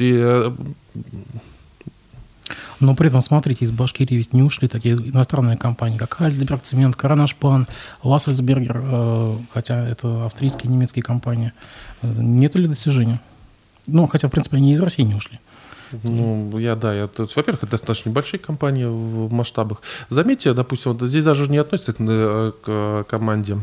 Но при этом, смотрите, из Башкирии ведь не ушли такие иностранные компании, как Heidelberg Цемент, Каранашпан, Лассельсбергер, хотя это австрийские и немецкие компании. Нет ли достижения? Хотя, в принципе, они из России не ушли. Во-первых, это достаточно большие компании в масштабах. Заметьте, допустим, вот здесь даже не относится к команде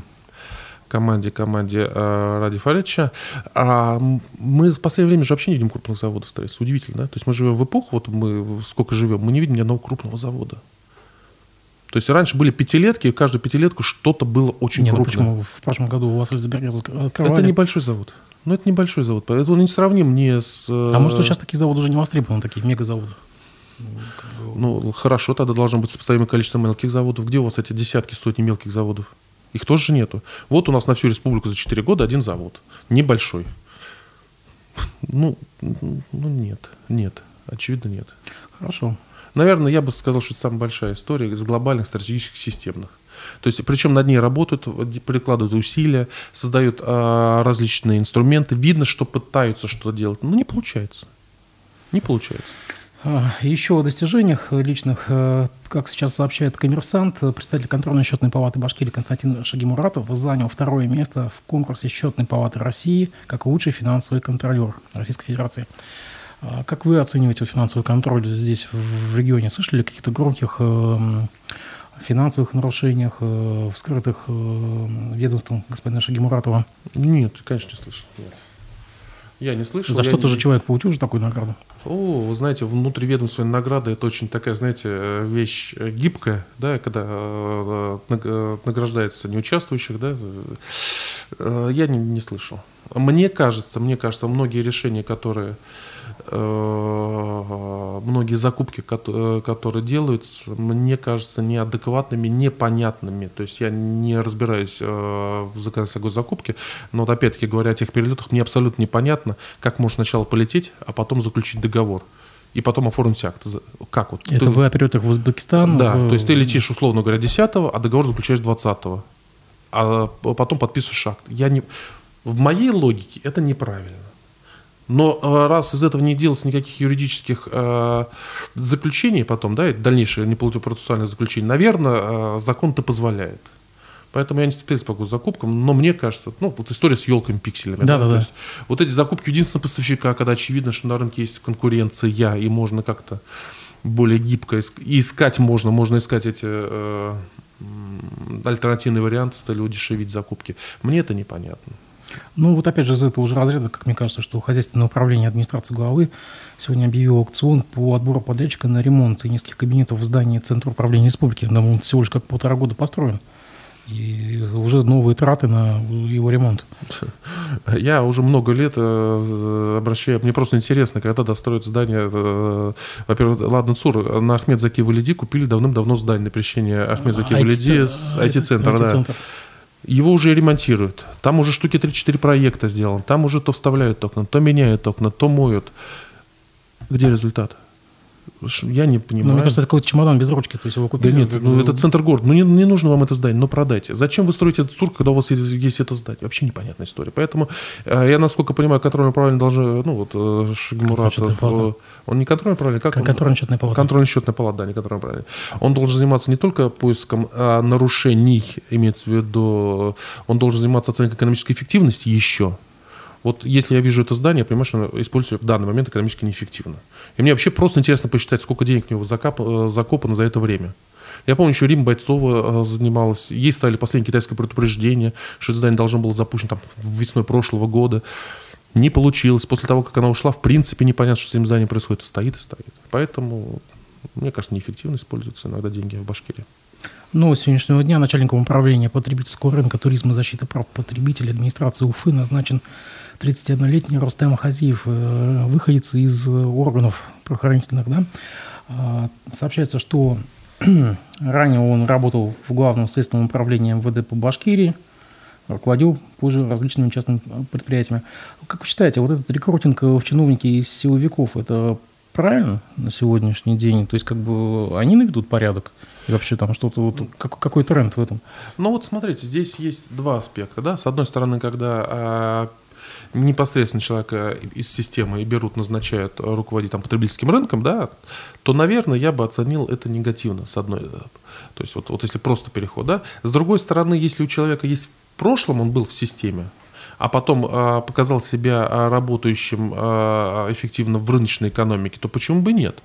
Ради Фаридовича. Мы в последнее время же вообще не видим крупных заводов строительства. Удивительно, да? То есть мы живем в эпоху, вот мы сколько живем, мы не видим ни одного крупного завода. То есть раньше были пятилетки, и каждую пятилетку что-то было очень крупное. Почему? В прошлом году у вас открывали. Это небольшой завод. Это небольшой завод. Это не сравним не с... А может, сейчас такие заводы уже не востребованы, такие мегазаводы? Хорошо, тогда должно быть сопоставимое количество мелких заводов. Где у вас эти десятки, сотни мелких заводов? Их тоже нету. Вот у нас на всю республику за 4 года один завод. Небольшой. Нет. Очевидно, нет. Хорошо. Наверное, я бы сказал, что это самая большая история из глобальных стратегических системных. То есть, причем над ней работают, прикладывают усилия, создают различные инструменты. Видно, что пытаются что-то делать, но не получается. Не получается. Еще о достижениях личных. Как сейчас сообщает «Коммерсант», представитель контрольно-счетной палаты Башкирии Константин Шагимуратов занял 2-е место в конкурсе Счетной палаты России как лучший финансовый контролер Российской Федерации. Как вы оцениваете финансовый контроль здесь, в регионе? Слышали о каких-то громких финансовых нарушениях, вскрытых ведомством господина Шагимуратова? Нет, конечно, не слышал. Нет. Я не слышал. За что-то же человек получил уже такую награду? Вы знаете, внутриведомственная награда – это очень такая, знаете, вещь гибкая, да, когда награждается неучаствующих, да. Я не слышал. Мне кажется, многие решения, многие закупки, которые делаются, мне кажется, неадекватными, непонятными. То есть я не разбираюсь в законодательстве госзакупки, но вот опять-таки говоря о тех перелетах, мне абсолютно непонятно, как можно сначала полететь, а потом заключить договор. И потом оформить акт. Как вот? Это вы о перелетах в Узбекистан? Да, то есть ты летишь, условно говоря, 10-го, а договор заключаешь 20-го. А потом подписываешь акт. В моей логике это неправильно. Но раз из этого не делалось никаких юридических заключений потом, да, дальнейшее неплатежно-процессуальное заключение, наверное, закон-то позволяет. Поэтому я не терпелся по закупкам, но мне кажется, вот история с елками-пикселями. Да. Вот эти закупки единственного поставщика, когда очевидно, что на рынке есть конкуренция, и можно как-то более гибко искать можно искать эти альтернативные варианты с целью удешевить закупки. Мне это непонятно. Вот опять же из этого уже разряда, как мне кажется, что хозяйственное управление администрации главы сегодня объявило аукцион по отбору подрядчика на ремонт нескольких кабинетов в здании Центра управления республики. Он всего лишь как 1,5 года построен. И уже новые траты на его ремонт. Я уже много лет обращаю, мне просто интересно, когда достроят здание, во-первых, ладно, ЦУР, на Ахмед Заки Валиди купили давным-давно здание на пересечении Ахмед Заки Валиди с IT-центра, да. Его уже ремонтируют, там уже штуки 3-4 проекта сделаны, там уже то вставляют окна, то меняют окна, то моют. Где результат? Я не понимаю. Мне кажется, это какой-то чемодан без ручки. То есть его купили. Да нет, это центр города. Не нужно вам это здание, но продайте. Зачем вы строите этот ЦУР, когда у вас есть это здание? Вообще непонятная история. Поэтому я, насколько понимаю, контрольное управление должно... Шагмуратов, он не контрольное управление, как контрольно-счетная палата. Контрольно-счетная палата, да, не контрольное управление. Он должен заниматься не только поиском нарушений, имеется в виду, он должен заниматься оценкой экономической эффективности еще. Вот если я вижу это здание, я понимаю, что оно используется в данный момент экономически неэффективно. И мне вообще просто интересно посчитать, сколько денег в него закопано за это время. Я помню, еще Рима Бойцова занималась. Ей ставили последнее китайское предупреждение, что это здание должно было запущено там, весной прошлого года. Не получилось. После того, как она ушла, в принципе, непонятно, что с этим зданием происходит. Стоит и стоит. Поэтому, мне кажется, неэффективно используются иногда деньги в Башкирии. С сегодняшнего дня начальником управления потребительского рынка, туризма и защиты прав потребителей администрации Уфы назначен 31-летний Рустем Хазиев, выходец из органов правоохранительных. Да? Сообщается, что ранее он работал в Главном следственном управлении МВД по Башкирии, руководил позже различными частными предприятиями. Как вы считаете, вот этот рекрутинг в чиновники из силовиков, это правильно на сегодняшний день? То есть они наведут порядок? И вообще там что-то, какой тренд в этом? Смотрите, здесь есть два аспекта. Да? С одной стороны, когда непосредственно человека из системы и берут, назначают руководить потребительским рынком, да, то, наверное, я бы оценил это негативно, с одной. Да. То есть вот если просто переход. Да. С другой стороны, если у человека есть в прошлом, он был в системе, а потом показал себя работающим эффективно в рыночной экономике, то почему бы нет?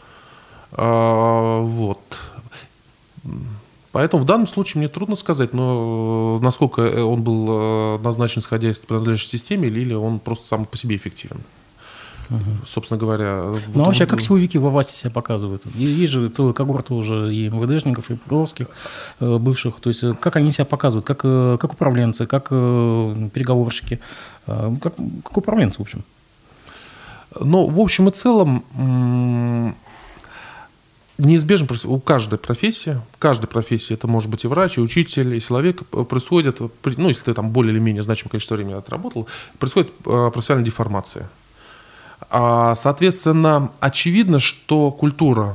Вот. Поэтому в данном случае мне трудно сказать, но насколько он был назначен, исходя из принадлежащей системе, или он просто сам по себе эффективен. Собственно говоря... вообще, как силовики во власти себя показывают? Есть же целая когорта уже и МВДшников, и прокурорских бывших. То есть как они себя показывают? Как управленцы, как переговорщики? Как управленцы, в общем? В общем и целом... Неизбежно у каждой профессии, это может быть и врач, и учитель, и силовик, происходит, если ты там более или менее значимое количество времени отработал, происходит профессиональная деформация. Соответственно, очевидно, что культура,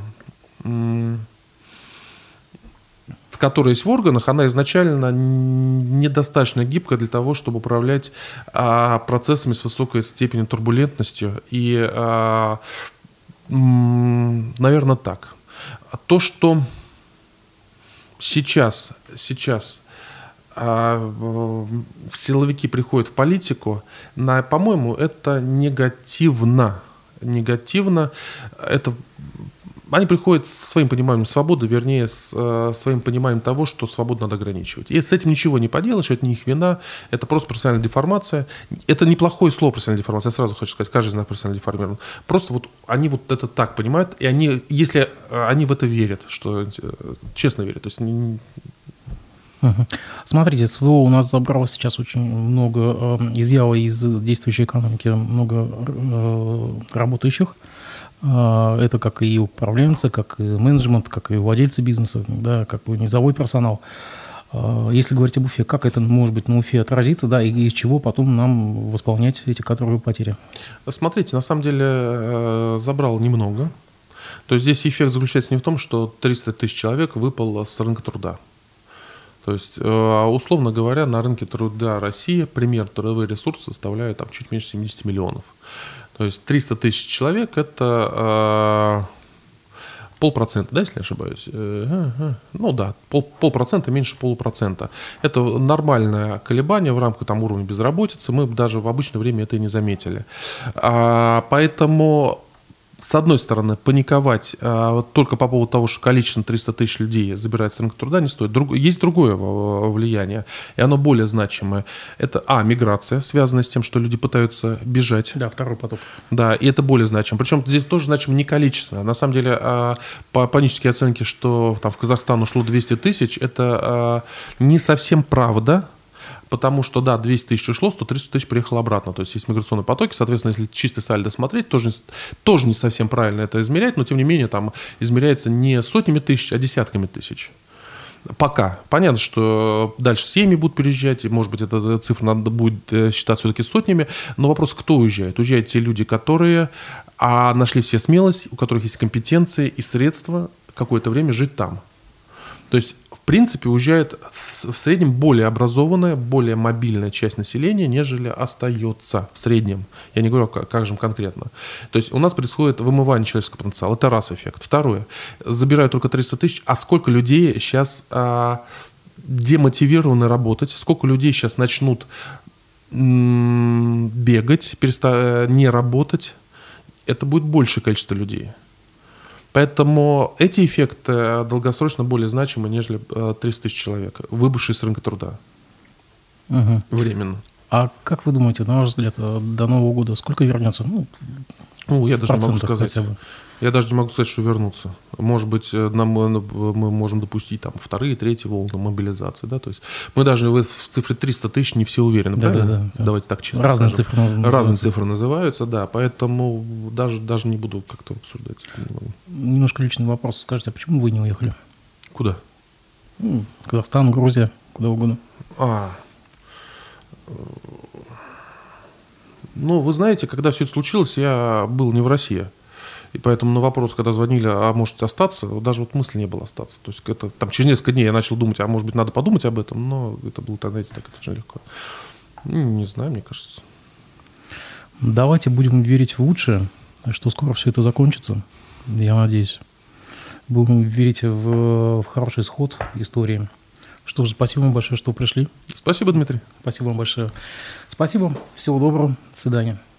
которая есть в органах, она изначально недостаточно гибкая для того, чтобы управлять процессами с высокой степенью турбулентности. И, наверное, так. То, что сейчас силовики приходят в политику, по-моему, это негативно. Это они приходят со своим пониманием свободы, вернее, с своим пониманием того, что свободу надо ограничивать. И с этим ничего не поделаешь, это не их вина, это просто профессиональная деформация. Это неплохое слово профессиональная деформация, я сразу хочу сказать, каждый из нас профессионально деформирован. Просто они это так понимают, и если они в это верят, что честно верят, то есть... Смотрите, СВО у нас забрало сейчас очень много, изъяло из действующей экономики много работающих. Это как и управленцы, как и менеджмент, как и владельцы бизнеса, да, как и низовой персонал. Если говорить об Уфе, как это может быть на Уфе отразится, да, и из чего потом нам восполнять эти кадровые потери? Смотрите, на самом деле забрал немного. То есть здесь эффект заключается не в том, что 300 тысяч человек выпало с рынка труда. То есть, условно говоря, на рынке труда России пример трудовые ресурсы составляют там, чуть меньше 70 миллионов. То есть 300 тысяч человек – это 0,5%, да, если не ошибаюсь? Ну да, полпроцента меньше полупроцента. Это нормальное колебание в рамках там, уровня безработицы. Мы даже в обычное время это и не заметили. Поэтому, с одной стороны, паниковать только по поводу того, что количественно 300 тысяч людей забирается с рынка труда, не стоит. Есть другое влияние, и оно более значимое. Это, миграция, связанная с тем, что люди пытаются бежать. Да, второй поток. Да, и это более значимо. Причем здесь тоже значимо не количество. На самом деле, по панические оценки, что там в Казахстан ушло 200 тысяч, это не совсем правда. Потому что, да, 200 тысяч ушло, 130 тысяч приехало обратно. То есть есть миграционные потоки. Соответственно, если чистый сальдо смотреть, тоже не совсем правильно это измерять, но тем не менее там измеряется не сотнями тысяч, а десятками тысяч. Пока. Понятно, что дальше семьи будут переезжать, и, может быть, эта цифра надо будет считать все-таки сотнями. Но вопрос, кто уезжает? Уезжают те люди, которые нашли все смелость, у которых есть компетенции и средства какое-то время жить там. То есть, в принципе, уезжает в среднем более образованная, более мобильная часть населения, нежели остается в среднем. Я не говорю, как же конкретно. То есть у нас происходит вымывание человеческого потенциала. Это раз эффект. Второе. Забирают только 300 тысяч. А сколько людей сейчас демотивированы работать? Сколько людей сейчас начнут бегать, не работать? Это будет большее количество людей. Поэтому эти эффекты долгосрочно более значимы, нежели 300 тысяч человек, выбывшие с рынка труда. Угу. Временно. А как вы думаете, на ваш взгляд, до Нового года сколько вернется? Я даже не могу сказать. Я даже не могу сказать, что вернутся. Может быть, мы можем допустить там вторые, третьи волны мобилизации. Да? То есть мы даже в цифре 300 тысяч не все уверены. Да. Давайте так честно Разные скажем. цифры называются. Разные цифры называются, да. Поэтому даже не буду как-то обсуждать. Немножко личный вопрос. Скажите, а почему вы не уехали? Куда? Казахстан, Грузия, куда угодно. Вы знаете, когда все это случилось, я был не в России. И поэтому на вопрос, когда звонили, можете остаться, даже мысли не было остаться. То есть это, через несколько дней я начал думать, может быть, надо подумать об этом, но это было, знаете, так это очень легко. Не знаю, мне кажется. Давайте будем верить в лучшее, что скоро все это закончится, я надеюсь. Будем верить в хороший исход истории. Что ж, спасибо вам большое, что пришли. Спасибо, Дмитрий. Спасибо вам большое. Спасибо. Всего доброго. До свидания.